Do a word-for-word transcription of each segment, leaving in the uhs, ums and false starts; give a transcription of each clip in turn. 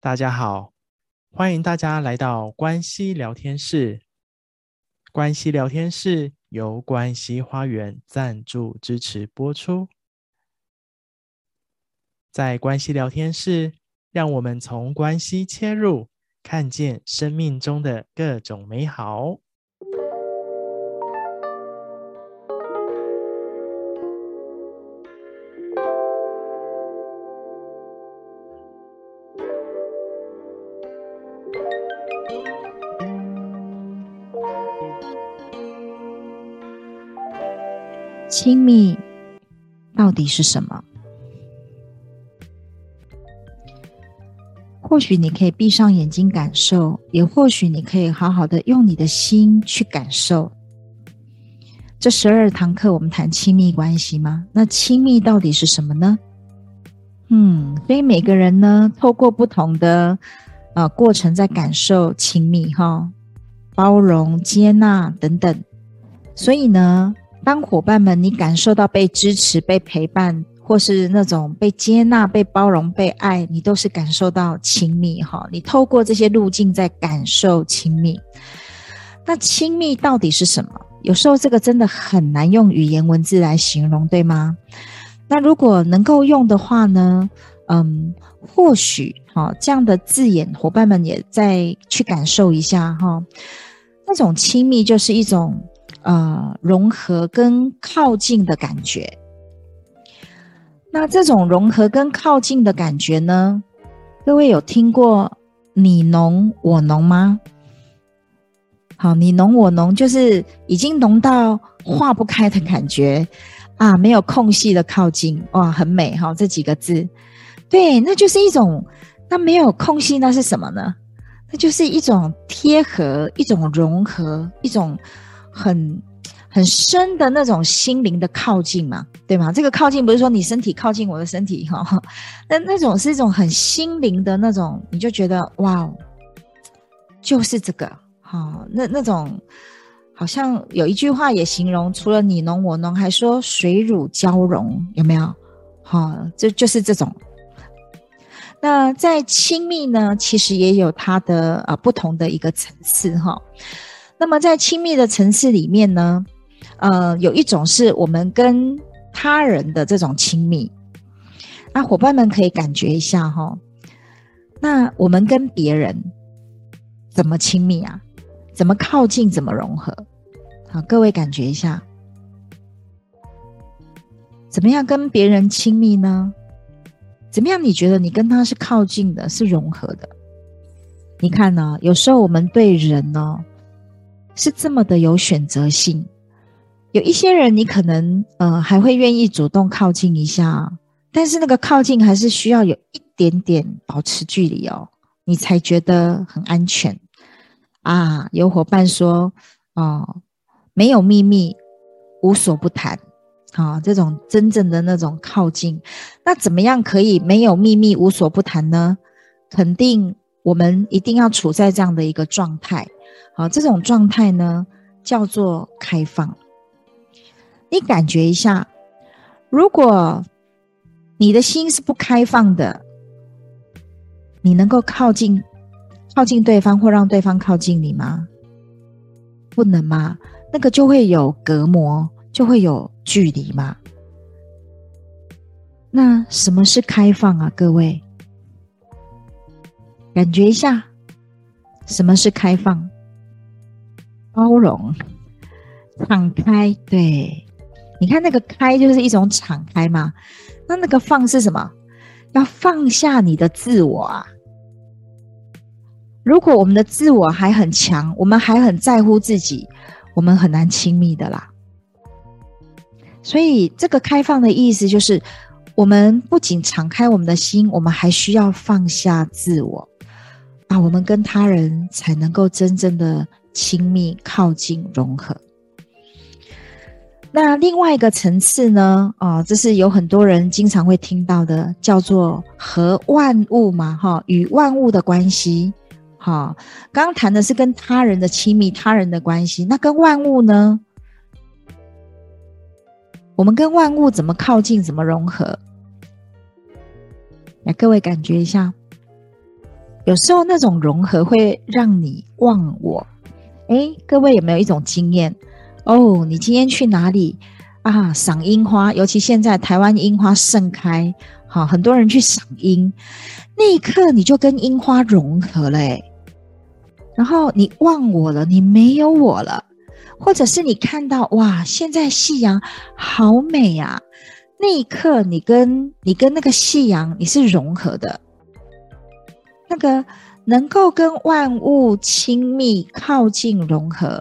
大家好，欢迎大家来到关系聊天室。关系聊天室由关系花园赞助支持播出。在关系聊天室，让我们从关系切入，看见生命中的各种美好。 亲密到底是什么？或许你可以闭上眼睛感受，也或许你可以好好的用你的心去感受。这十二堂课我们谈亲密关系吗？那亲密到底是什么呢？嗯，所以每个人呢，透过不同的呃过程在感受亲密哈，包容、接纳等等。所以呢，当伙伴们你感受到被支持、被陪伴，或是那种被接纳、被包容、被爱，你都是感受到亲密哈。你透过这些路径在感受亲密。那亲密到底是什么？有时候这个真的很难用语言文字来形容，对吗？那如果能够用的话呢，嗯，或许哈、哦、这样的字眼，伙伴们也再去感受一下哈、哦。那种亲密就是一种呃融合跟靠近的感觉。那这种融合跟靠近的感觉呢，各位有听过你侬我侬吗？好，你侬我侬就是已经浓到化不开的感觉啊，没有空隙的靠近，哇，很美哈、哦，这几个字。对，那就是一种，那没有空隙那是什么呢？那就是一种贴合，一种融合，一种很很深的那种心灵的靠近嘛，对吗？这个靠近不是说你身体靠近我的身体哈，那那种是一种很心灵的那种，你就觉得哇，就是这个哈，那那种好像有一句话也形容，除了你侬我侬，还说水乳交融，有没有？哈，这就是这种。那在亲密呢，其实也有它的呃不同的一个层次哈。那么在亲密的层次里面呢，呃，有一种是我们跟他人的这种亲密，那伙伴们可以感觉一下哈。那我们跟别人怎么亲密啊？怎么靠近？怎么融合？好，各位感觉一下，怎么样跟别人亲密呢？怎么样你觉得你跟他是靠近的，是融合的？你看呢、哦，有时候我们对人呢、哦、是这么的有选择性，有一些人你可能呃还会愿意主动靠近一下，但是那个靠近还是需要有一点点保持距离哦，你才觉得很安全啊。有伙伴说哦，没有秘密，无所不谈。好、哦，这种真正的那种靠近，那怎么样可以没有秘密无所不谈呢？肯定我们一定要处在这样的一个状态。好、哦，这种状态呢叫做开放。你感觉一下，如果你的心是不开放的，你能够靠近靠近对方或让对方靠近你吗？不能吗？那个就会有隔膜，就会有距离嘛。那什么是开放啊，各位？感觉一下，什么是开放？包容，敞开，对。你看那个开就是一种敞开嘛，那那个放是什么？要放下你的自我啊。如果我们的自我还很强，我们还很在乎自己，我们很难亲密的啦。所以这个开放的意思就是，我们不仅敞开我们的心，我们还需要放下自我啊，我们跟他人才能够真正的亲密、靠近、融合。那另外一个层次呢，哦，这是有很多人经常会听到的，叫做和万物嘛，哈、哦，与万物的关系。好、哦，刚刚谈的是跟他人的亲密、他人的关系，那跟万物呢？我们跟万物怎么靠近，怎么融合？来，各位感觉一下。 有时候那种融合会让你忘我。诶，各位有没有一种经验？哦，你今天去哪里啊？赏樱花，尤其现在台湾樱花盛开，好，很多人去赏樱，那一刻你就跟樱花融合了诶，然后你忘我了，你没有我了。或者是你看到哇，现在夕阳好美啊，那一刻你跟你跟那个夕阳你是融合的，那个能够跟万物亲密靠近融合，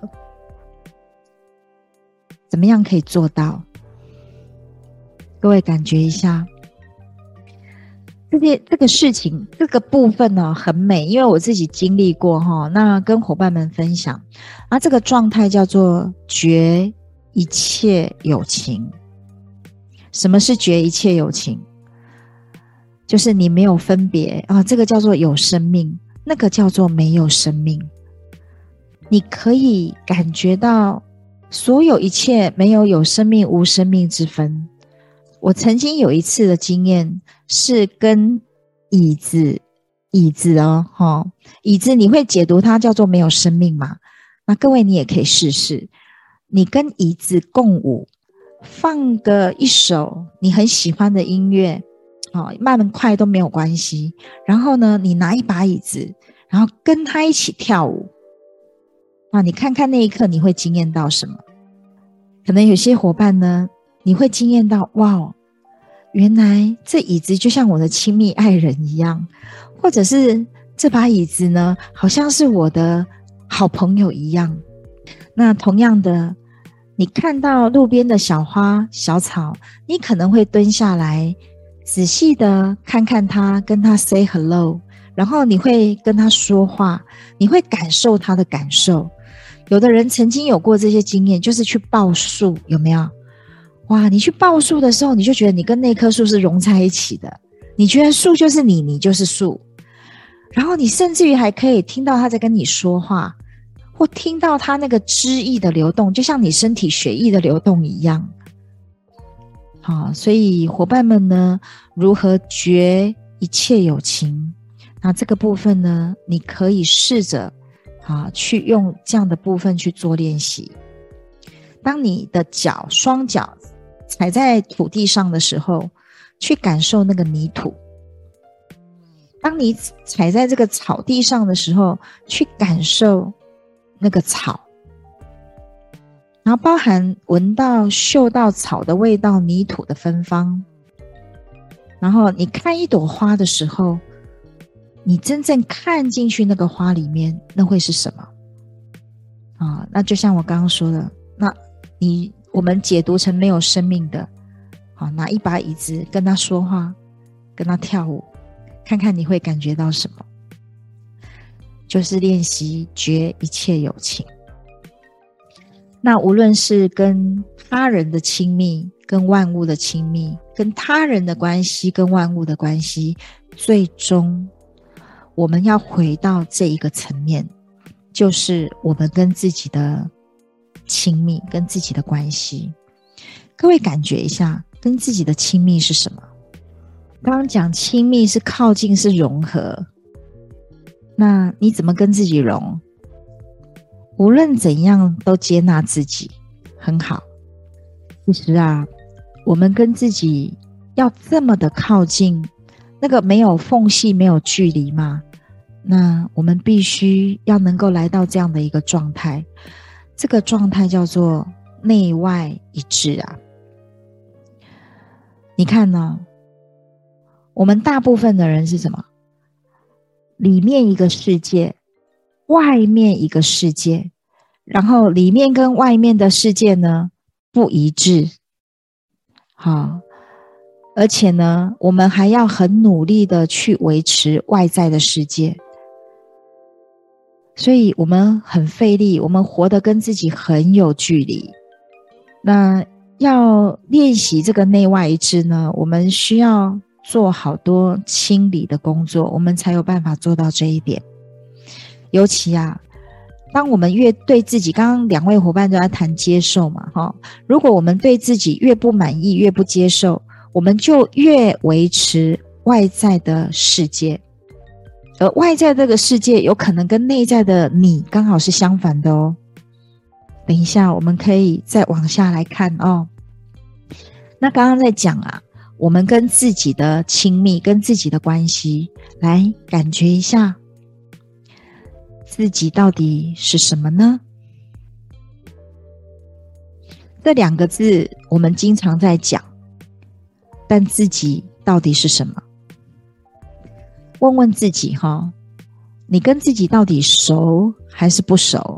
怎么样可以做到？各位感觉一下，这些这个事情这个部分呢很美，因为我自己经历过哈，那跟伙伴们分享。啊，这个状态叫做觉一切有情。什么是觉一切有情？就是你没有分别啊，这个叫做有生命，那个叫做没有生命。你可以感觉到所有一切没有有生命无生命之分。我曾经有一次的经验是跟椅子椅子哦，哦椅子你会解读它叫做没有生命吗？那各位你也可以试试，你跟椅子共舞，放个一首你很喜欢的音乐，哦，慢快都没有关系，然后呢你拿一把椅子，然后跟他一起跳舞，啊，你看看那一刻你会惊艳到什么？可能有些伙伴呢，你会惊艳到哇，原来这椅子就像我的亲密爱人一样，或者是这把椅子呢好像是我的好朋友一样。那同样的，你看到路边的小花小草，你可能会蹲下来仔细的看看它，跟它 say hello， 然后你会跟它说话，你会感受它的感受。有的人曾经有过这些经验，就是去抱树，有没有？哇，你去抱树的时候，你就觉得你跟那棵树是融在一起的，你觉得树就是你，你就是树，然后你甚至于还可以听到它在跟你说话，或听到它那个汁液的流动，就像你身体血液的流动一样。好，所以伙伴们呢，如何觉一切有情？那这个部分呢，你可以试着啊，去用这样的部分去做练习。当你的脚双脚踩在土地上的时候，去感受那个泥土。当你踩在这个草地上的时候，去感受那个草，然后包含闻到嗅到草的味道，泥土的芬芳。然后你看一朵花的时候，你真正看进去那个花里面，那会是什么啊？那就像我刚刚说的，那你我们解读成没有生命的，好，拿一把椅子跟他说话，跟他跳舞，看看你会感觉到什么。就是练习觉一切有情。那无论是跟他人的亲密，跟万物的亲密，跟他人的关系，跟万物的关系，最终我们要回到这一个层面，就是我们跟自己的亲密，跟自己的关系。各位感觉一下，跟自己的亲密是什么？刚刚讲亲密是靠近，是融合，那你怎么跟自己融？无论怎样都接纳自己，很好。其实啊，我们跟自己要这么的靠近，那个没有缝隙，没有距离嘛，那我们必须要能够来到这样的一个状态。这个状态叫做内外一致啊。你看呢，我们大部分的人是什么？里面一个世界，外面一个世界，然后里面跟外面的世界呢不一致。好，而且呢，我们还要很努力的去维持外在的世界，所以我们很费力，我们活得跟自己很有距离。那要练习这个内外一致呢，我们需要做好多清理的工作，我们才有办法做到这一点。尤其啊，当我们越对自己，刚刚两位伙伴都在谈接受嘛，齁，如果我们对自己越不满意，越不接受，我们就越维持外在的世界。 而外在这个世界有可能跟内在的你刚好是相反的哦。等一下我们可以再往下来看哦。那刚刚在讲啊，我们跟自己的亲密，跟自己的关系，来感觉一下自己到底是什么呢？这两个字我们经常在讲，但自己到底是什么？问问自己哈，你跟自己到底熟还是不熟？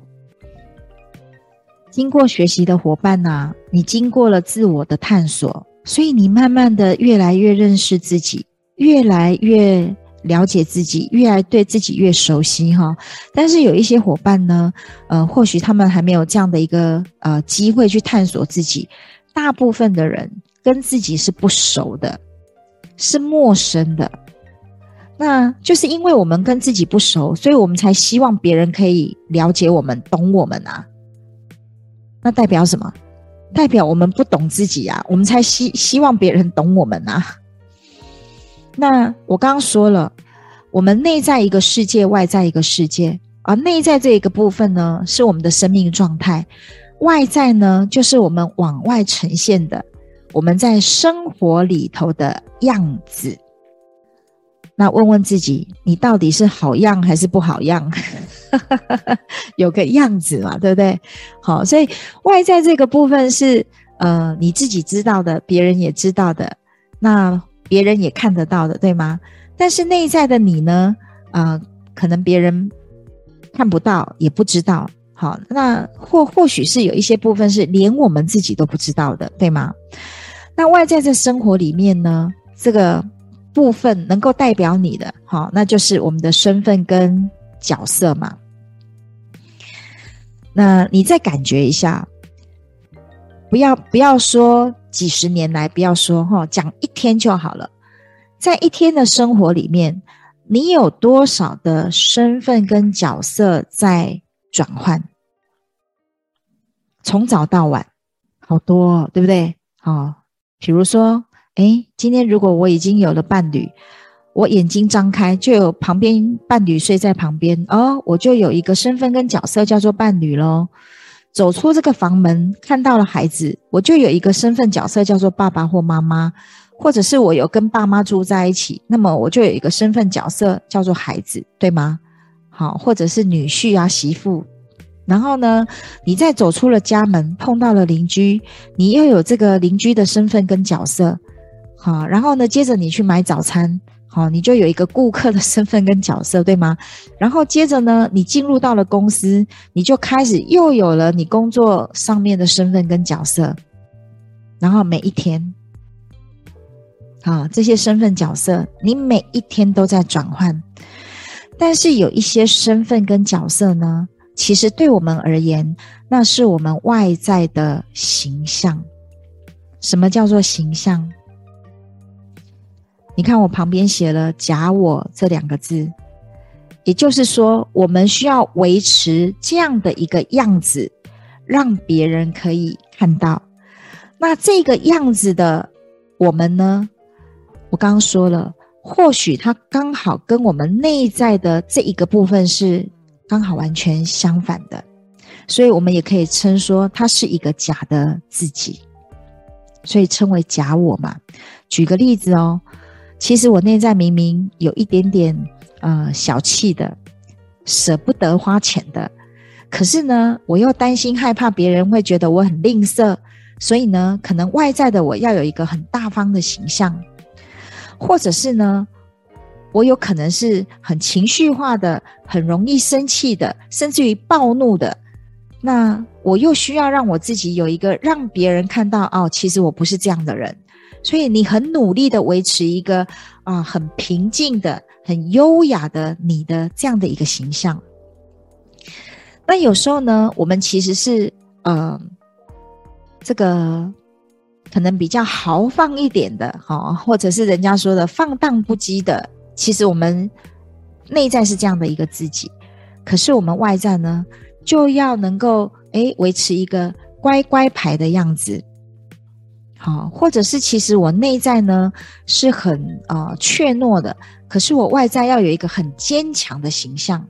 经过学习的伙伴啊，你经过了自我的探索，所以你慢慢的越来越认识自己，越来越了解自己，越来对自己越熟悉哈。但是有一些伙伴呢，呃，或许他们还没有这样的一个呃机会去探索自己。大部分的人跟自己是不熟的，是陌生的。那就是因为我们跟自己不熟，所以我们才希望别人可以了解我们，懂我们啊。那代表什么？代表我们不懂自己啊，我们才希希望别人懂我们啊。那我刚刚说了，我们内在一个世界，外在一个世界，而内在这一个部分呢，是我们的生命状态，外在呢，就是我们往外呈现的，我们在生活里头的样子。那问问自己，你到底是好样还是不好样？有个样子嘛，对不对？好，所以外在这个部分是呃你自己知道的，别人也知道的，那别人也看得到的，对吗？但是内在的你呢，呃可能别人看不到，也不知道。好，那或或许是有一些部分是连我们自己都不知道的，对吗？那外在在生活里面呢，这个部分能够代表你的，好，那就是我们的身份跟角色嘛。那你再感觉一下，不要不要说几十年来，不要说哈，讲一天就好了。在一天的生活里面，你有多少的身份跟角色在转换？从早到晚，好多哦，对不对？好，比如说，诶，今天如果我已经有了伴侣，我眼睛张开就有旁边伴侣睡在旁边哦，我就有一个身份跟角色叫做伴侣咯。走出这个房门看到了孩子，我就有一个身份角色叫做爸爸或妈妈，或者是我有跟爸妈住在一起，那么我就有一个身份角色叫做孩子，对吗？好，或者是女婿啊媳妇。然后呢，你再走出了家门碰到了邻居，你又有这个邻居的身份跟角色。好，然后呢接着你去买早餐，好，你就有一个顾客的身份跟角色，对吗？然后接着呢，你进入到了公司，你就开始又有了你工作上面的身份跟角色。然后每一天，好，这些身份角色，你每一天都在转换。但是有一些身份跟角色呢，其实对我们而言，那是我们外在的形象。什么叫做形象？你看我旁边写了假我这两个字，也就是说我们需要维持这样的一个样子，让别人可以看到。那这个样子的我们呢，我刚刚说了，或许它刚好跟我们内在的这一个部分是刚好完全相反的，所以我们也可以称说它是一个假的自己，所以称为假我嘛。举个例子哦，其实我内在明明有一点点呃小气的，舍不得花钱的，可是呢我又担心害怕别人会觉得我很吝啬，所以呢可能外在的我要有一个很大方的形象，或者是呢我有可能是很情绪化的，很容易生气的，甚至于暴怒的，那我又需要让我自己有一个让别人看到哦，其实我不是这样的人。所以你很努力的维持一个啊、呃、很平静的、很优雅的你的这样的一个形象。那有时候呢，我们其实是呃这个可能比较豪放一点的，哦，或者是人家说的放荡不羁的，其实我们内在是这样的一个自己，可是我们外在呢，就要能够诶维持一个乖乖牌的样子。好，或者是其实我内在呢是很呃怯懦的， 可是我外在要有一个很坚强的形象。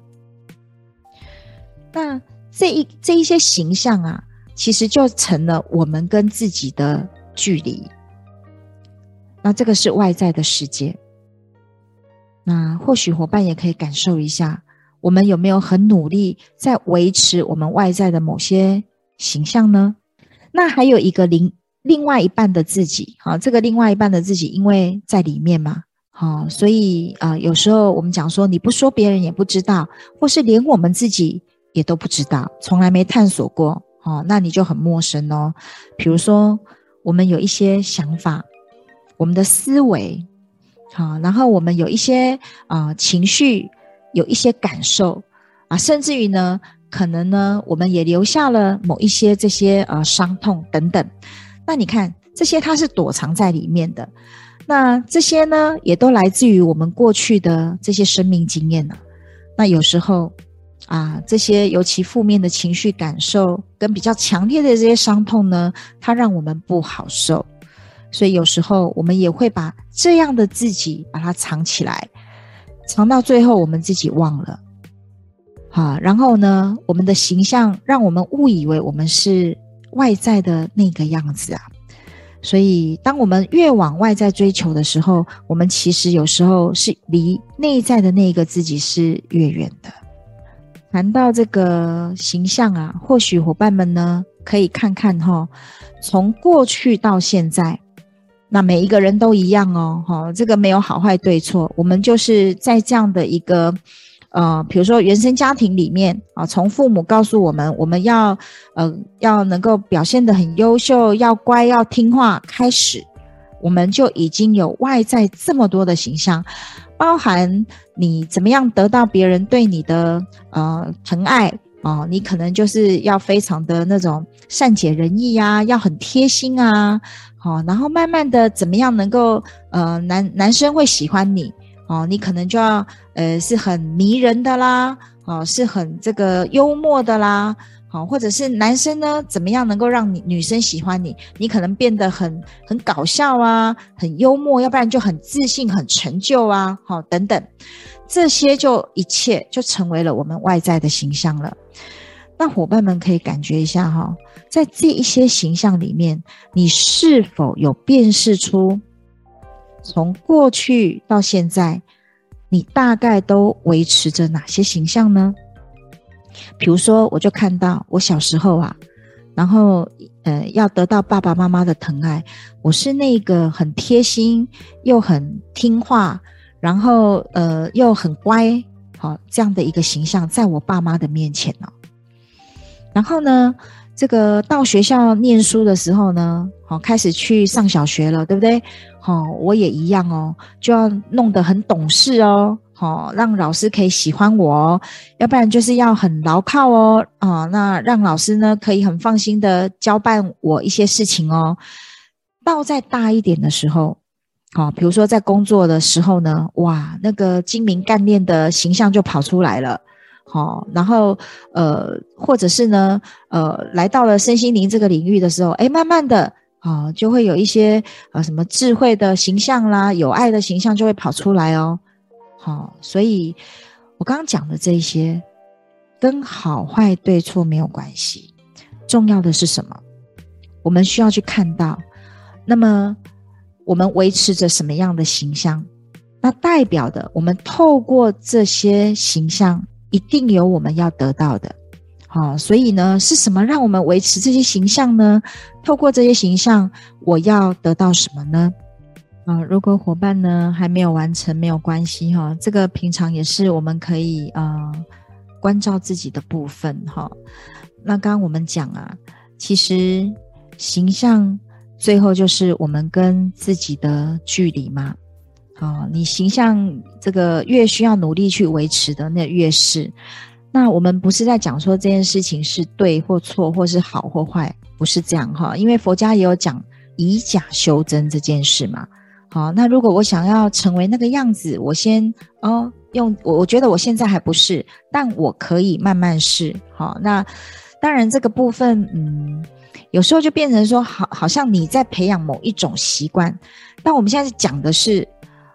那这一这一些形象啊，其实就成了我们跟自己的距离。那这个是外在的世界。那或许伙伴也可以感受一下，我们有没有很努力在维持我们外在的某些形象呢？那还有一个另另外一半的自己，好，这个另外一半的自己因为在里面嘛，好，所以啊、呃，有时候我们讲说你不说别人也不知道，或是连我们自己也都不知道，从来没探索过，好，那你就很陌生哦。比如说我们有一些想法，我们的思维，好，然后我们有一些啊、呃、情绪，有一些感受啊，甚至于呢，可能呢，我们也留下了某一些这些呃伤痛等等。那你看，这些它是躲藏在里面的。那这些呢，也都来自于我们过去的这些生命经验呢。那有时候啊，这些尤其负面的情绪感受跟比较强烈的这些伤痛呢，它让我们不好受。所以有时候我们也会把这样的自己把它藏起来，藏到最后我们自己忘了。好，然后呢，我们的形象让我们误以为我们是外在的那个样子啊。所以当我们越往外在追求的时候，我们其实有时候是离内在的那个自己是越远的。谈到这个形象啊，或许伙伴们呢可以看看齁，从过去到现在，那每一个人都一样哦，齁，这个没有好坏对错，我们就是在这样的一个呃，比如说原生家庭里面啊，从父母告诉我们，我们要呃要能够表现得很优秀，要乖，要听话，开始，我们就已经有外在这么多的形象，包含你怎么样得到别人对你的呃疼爱哦，你可能就是要非常的那种善解人意啊，要很贴心啊，好、哦，然后慢慢的怎么样能够呃男男生会喜欢你。哦，你可能就要呃是很迷人的啦，哦，是很这个幽默的啦，好、哦，或者是男生呢怎么样能够让你女生喜欢你？你可能变得很很搞笑啊，很幽默，要不然就很自信、很成就啊，好、哦，等等，这些就一切就成为了我们外在的形象了。那伙伴们可以感觉一下哈、哦，在这一些形象里面，你是否有辨识出？从过去到现在，你大概都维持着哪些形象呢？比如说，我就看到我小时候啊，然后呃，要得到爸爸妈妈的疼爱，我是那个很贴心又很听话，然后呃又很乖，好、哦、这样的一个形象，在我爸妈的面前哦。然后呢，这个到学校念书的时候呢，好、哦、开始去上小学了，对不对？好、哦，我也一样哦，就要弄得很懂事哦，好、哦，让老师可以喜欢我哦，要不然就是要很牢靠哦，啊、哦，那让老师呢可以很放心的交办我一些事情哦。到再大一点的时候，好、哦，比如说在工作的时候呢，哇，那个精明干练的形象就跑出来了。好、哦，然后呃，或者是呢，呃，来到了身心灵这个领域的时候，诶，慢慢的，哦，就会有一些呃什么智慧的形象啦，有爱的形象就会跑出来哦。好、哦，所以我刚刚讲的这些，跟好坏对错没有关系，重要的是什么？我们需要去看到，那么我们维持着什么样的形象？那代表的，我们透过这些形象。一定有我们要得到的，好、哦，所以呢，是什么让我们维持这些形象呢？透过这些形象，我要得到什么呢？啊、呃，如果伙伴呢还没有完成，没有关系哈、哦，这个平常也是我们可以呃关照自己的部分哈、哦。那刚刚我们讲啊，其实形象最后就是我们跟自己的距离嘛。好、哦，你形象这个越需要努力去维持的，那越是。那我们不是在讲说这件事情是对或错，或是好或坏，不是这样哈。因为佛家也有讲以假修真这件事嘛。好，那如果我想要成为那个样子，我先哦用我我觉得我现在还不是，但我可以慢慢试。好，那当然这个部分，嗯，有时候就变成说，好，好像你在培养某一种习惯，但我们现在讲的是。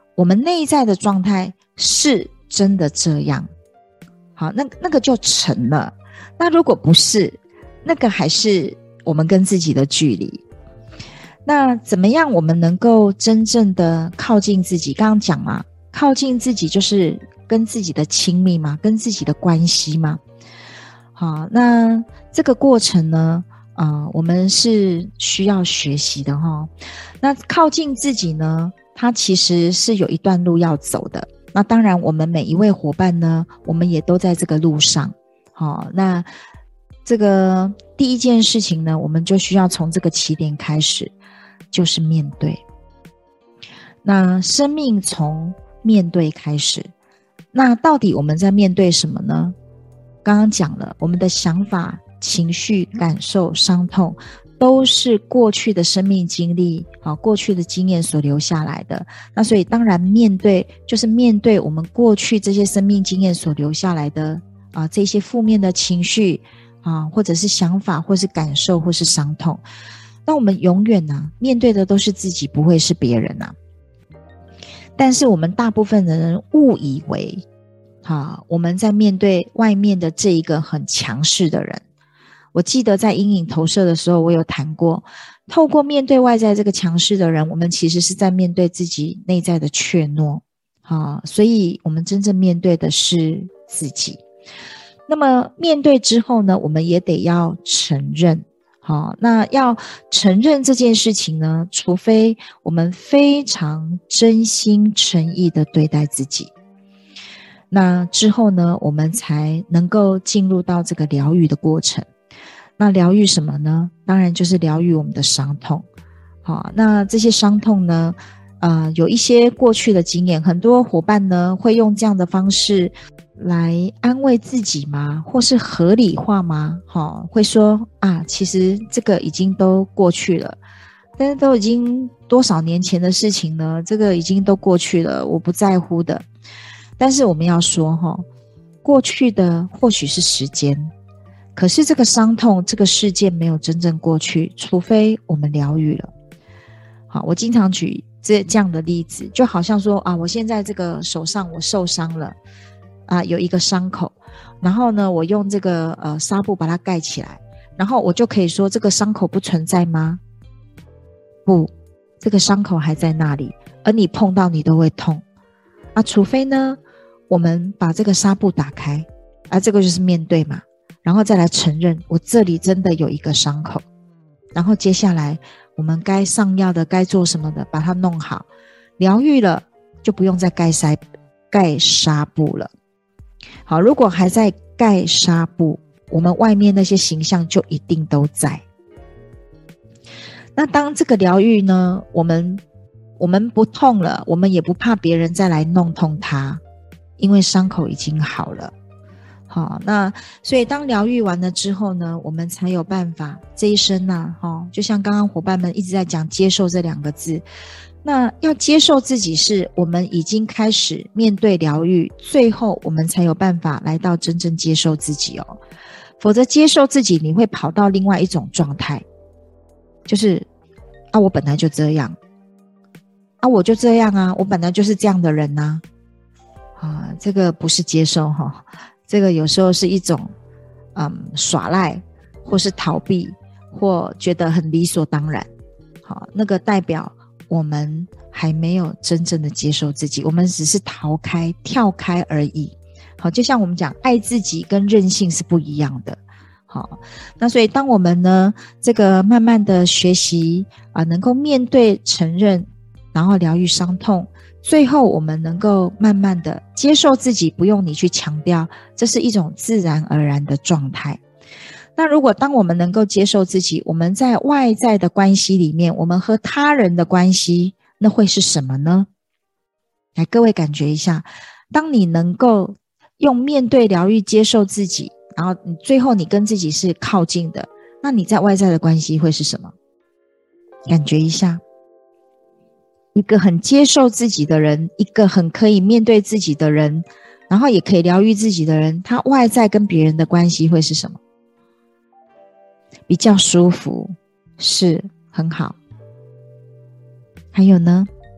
我们内在的状态是真的这样，好，那那个就成了。那如果不是，那个还是我们跟自己的距离。那怎么样我们能够真正的靠近自己？刚刚讲嘛，靠近自己就是跟自己的亲密嘛，跟自己的关系嘛。好，那这个过程呢，呃，我们是需要学习的哈。那靠近自己呢，它其实是有一段路要走的。那当然，我们每一位伙伴呢，我们也都在这个路上。好，那这个第一件事情呢，我们就需要从这个起点开始，就是面对。那生命从面对开始，那到底我们在面对什么呢？刚刚讲了，我们的想法、情绪、感受、伤痛，都是过去的生命经历，好，过去的经验所留下来的。那所以当然面对，就是面对我们过去这些生命经验所留下来的啊，这些负面的情绪啊，或者是想法，或是感受，或是伤痛。那我们永远啊，面对的都是自己，不会是别人啊。但是我们大部分的人误以为啊，我们在面对外面的这一个很强势的人。我记得在阴影投射的时候，我有谈过，透过面对外在这个强势的人，我们其实是在面对自己内在的怯懦啊，所以我们真正面对的是自己。那么面对之后呢，我们也得要承认。好，那要承认这件事情呢，除非我们非常真心诚意的对待自己，那之后呢，我们才能够进入到这个疗愈的过程。那疗愈什么呢？当然就是疗愈我们的伤痛。好，那这些伤痛呢，呃，有一些过去的经验，很多伙伴呢会用这样的方式来安慰自己吗？或是合理化吗？哦，会说啊，其实这个已经都过去了，但是都已经多少年前的事情了，这个已经都过去了，我不在乎的。但是我们要说哈，过去的或许是时间，可是这个伤痛，这个事件没有真正过去，除非我们疗愈了。好，我经常举这这样的例子，就好像说啊，我现在这个手上我受伤了啊，有一个伤口，然后呢，我用这个呃纱布把它盖起来，然后我就可以说这个伤口不存在吗？不，这个伤口还在那里，而你碰到你都会痛啊，除非呢，我们把这个纱布打开，啊，这个就是面对嘛，然后再来承认我这里真的有一个伤口，然后接下来我们该上药的，该做什么的，把它弄好，疗愈了，就不用再盖纱盖纱布了。好，如果还在盖纱布，我们外面那些形象就一定都在。那当这个疗愈呢，我们我们不痛了，我们也不怕别人再来弄痛它，因为伤口已经好了。好，那所以当疗愈完了之后呢，我们才有办法这一生啊，哦，就像刚刚伙伴们一直在讲接受这两个字，那要接受自己是我们已经开始面对疗愈，最后我们才有办法来到真正接受自己哦。否则接受自己，你会跑到另外一种状态，就是啊，我本来就这样啊，我就这样啊，我本来就是这样的人啊，啊，这个不是接受哈、哦，这个有时候是一种嗯耍赖，或是逃避，或觉得很理所当然。好，那个代表我们还没有真正的接受自己，我们只是逃开、跳开而已。好，就像我们讲，爱自己跟任性是不一样的。好，那所以当我们呢，这个慢慢的学习啊、呃，能够面对、承认，然后疗愈伤痛，最后我们能够慢慢的接受自己，不用你去强调，这是一种自然而然的状态。那如果当我们能够接受自己，我们在外在的关系里面，我们和他人的关系，那会是什么呢？来，各位感觉一下，当你能够用面对疗愈接受自己，然后你最后你跟自己是靠近的，那你在外在的关系会是什么？感觉一下，一个很接受自己的人，一个很可以面对自己的人，然后也可以疗愈自己的人，他外在跟别人的关系会是什么？比较舒服，是很好。还有呢？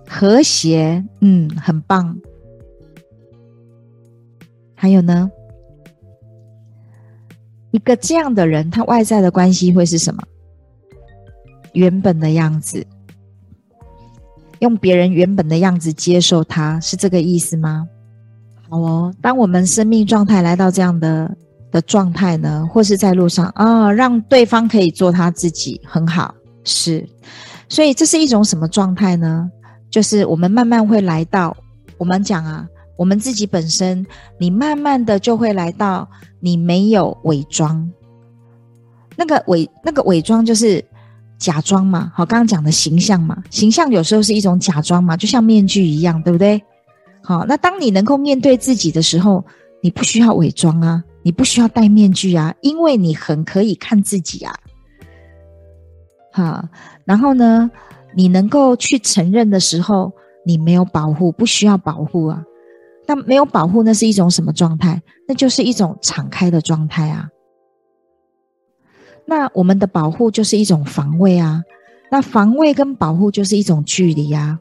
和谐，嗯，很棒。还有呢，一个这样的人，他外在的关系会是什么？原本的样子，用别人原本的样子接受他，是这个意思吗？好哦，当我们生命状态来到这样的的状态呢，或是在路上啊，让对方可以做他自己，很好，是。所以这是一种什么状态呢？就是我们慢慢会来到，我们讲啊，我们自己本身，你慢慢的就会来到你没有伪装。那个伪那个伪装就是假装嘛，好，刚刚讲的形象嘛，形象有时候是一种假装嘛，就像面具一样，对不对？好，那当你能够面对自己的时候，你不需要伪装啊，你不需要戴面具啊，因为你很可以看自己啊。好，然后呢，你能够去承认的时候，你没有保护，不需要保护啊。那没有保护，那是一种什么状态？那就是一种敞开的状态啊。那我们的保护就是一种防卫啊，那防卫跟保护就是一种距离啊。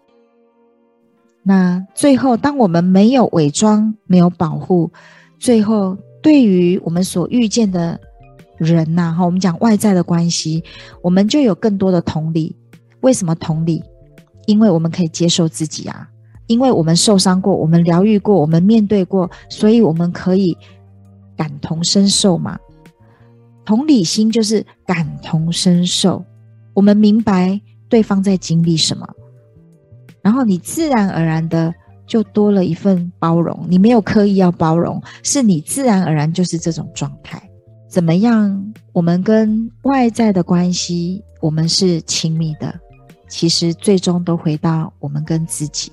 那最后，当我们没有伪装，没有保护，最后对于我们所遇见的人呐、啊，我们讲外在的关系，我们就有更多的同理。为什么同理？因为我们可以接受自己啊，因为我们受伤过，我们疗愈过，我们面对过，所以我们可以感同身受嘛。同理心就是感同身受，我们明白对方在经历什么，然后你自然而然的就多了一份包容，你没有刻意要包容，是你自然而然就是这种状态。怎么样我们跟外在的关系我们是亲密的，其实最终都回到我们跟自己。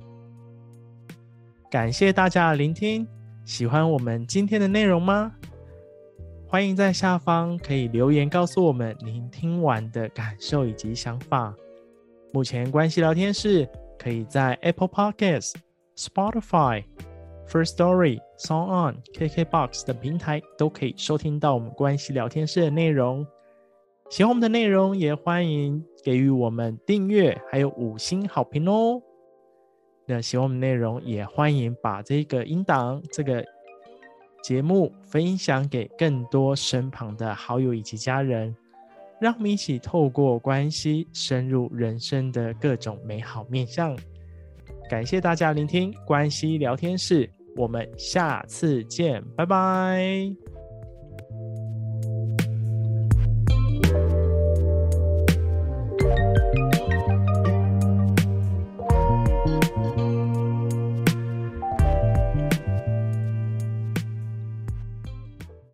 感谢大家的聆听，喜欢我们今天的内容吗？欢迎在下方可以留言告诉我们您听完的感受以及想法。目前关系聊天室可以在 Apple Podcasts、Spotify、First Story、Song On、K K Box 等平台都可以收听到我们关系聊天室的内容。喜欢我们的内容也欢迎给予我们订阅还有五星好评哦。那喜欢我们内容也欢迎把这个音档这个节目分享给更多身旁的好友以及家人，让我们一起透过关系深入人生的各种美好面向。感谢大家聆听关系聊天室，我们下次见，拜拜。